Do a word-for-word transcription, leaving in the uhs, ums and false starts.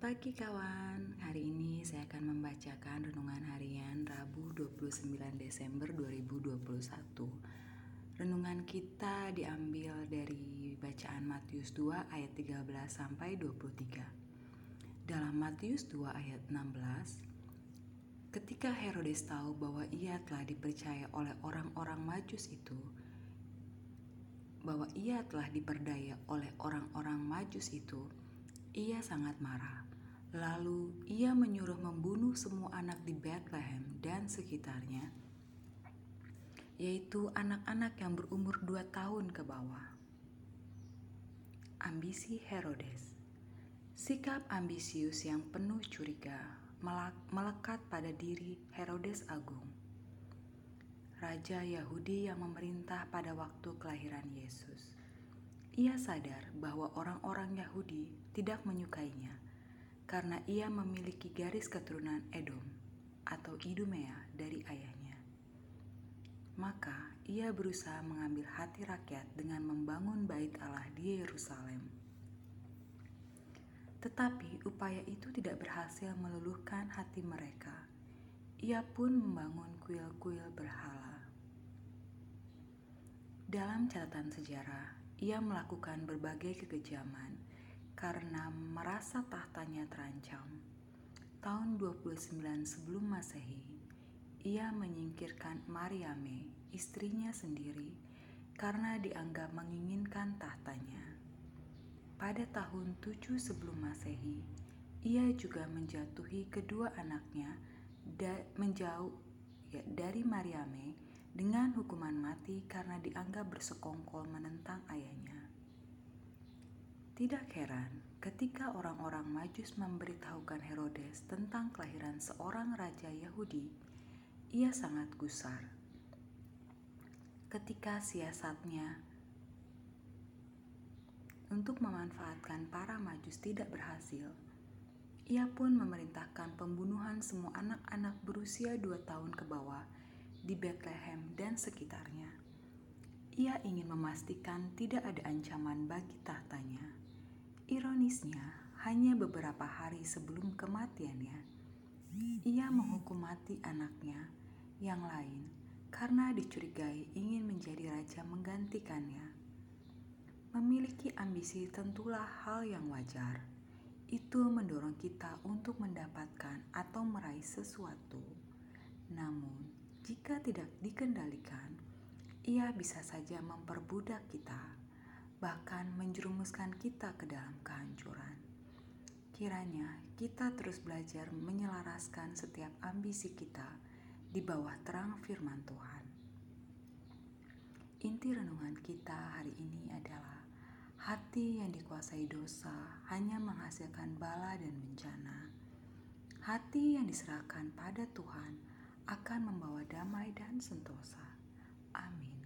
pagi kawan, hari ini saya akan membacakan renungan harian Rabu dua puluh sembilan Desember dua ribu dua puluh satu. Renungan kita diambil dari bacaan Matius dua ayat tiga belas sampai dua puluh tiga. Dalam Matius dua ayat enam belas, ketika Herodes tahu bahwa ia telah dipercaya oleh orang-orang Majus itu, bahwa ia telah diperdaya oleh orang-orang Majus itu, ia sangat marah. Lalu ia menyuruh membunuh semua anak di Bethlehem dan sekitarnya, yaitu anak-anak yang berumur dua tahun ke bawah. Ambisi Herodes. Sikap ambisius yang penuh curiga melekat pada diri Herodes Agung, raja Yahudi yang memerintah pada waktu kelahiran Yesus. Ia sadar bahwa orang-orang Yahudi tidak menyukainya karena ia memiliki garis keturunan Edom atau Idumea dari ayahnya. Maka ia berusaha mengambil hati rakyat dengan membangun bait Allah di Yerusalem. Tetapi upaya itu tidak berhasil meluluhkan hati mereka. Ia pun membangun kuil-kuil berhala. Dalam catatan sejarah, ia melakukan berbagai kekejaman karena merasa tahtanya terancam. Tahun dua puluh sembilan sebelum Masehi, ia menyingkirkan Mariame, istrinya sendiri, karena dianggap menginginkan tahtanya. Pada tahun tujuh sebelum Masehi, ia juga menjatuhi kedua anaknya da- menjauh ya, dari Mariame dengan hukuman mati karena dianggap bersekongkol menentang ayahnya. Tidak heran ketika orang-orang Majus memberitahukan Herodes tentang kelahiran seorang raja Yahudi, ia sangat gusar. Ketika siasatnya untuk memanfaatkan para Majus tidak berhasil, ia pun memerintahkan pembunuhan semua anak-anak berusia dua tahun ke bawah di Bethlehem dan sekitarnya. Ia ingin memastikan tidak ada ancaman bagi tahtanya. Ironisnya, hanya beberapa hari sebelum kematiannya, ia menghukum mati anaknya yang lain karena dicurigai ingin menjadi raja menggantikannya. Memiliki ambisi tentulah hal yang wajar. Itu mendorong kita untuk mendapatkan atau meraih sesuatu. Namun, jika tidak dikendalikan, ia bisa saja memperbudak kita, bahkan menjerumuskan kita ke dalam kehancuran. Kiranya kita terus belajar menyelaraskan setiap ambisi kita di bawah terang firman Tuhan. Inti renungan kita hari ini adalah hati yang dikuasai dosa hanya menghasilkan bala dan bencana. Hati yang diserahkan pada Tuhan akan membawa damai dan sentosa. Amin.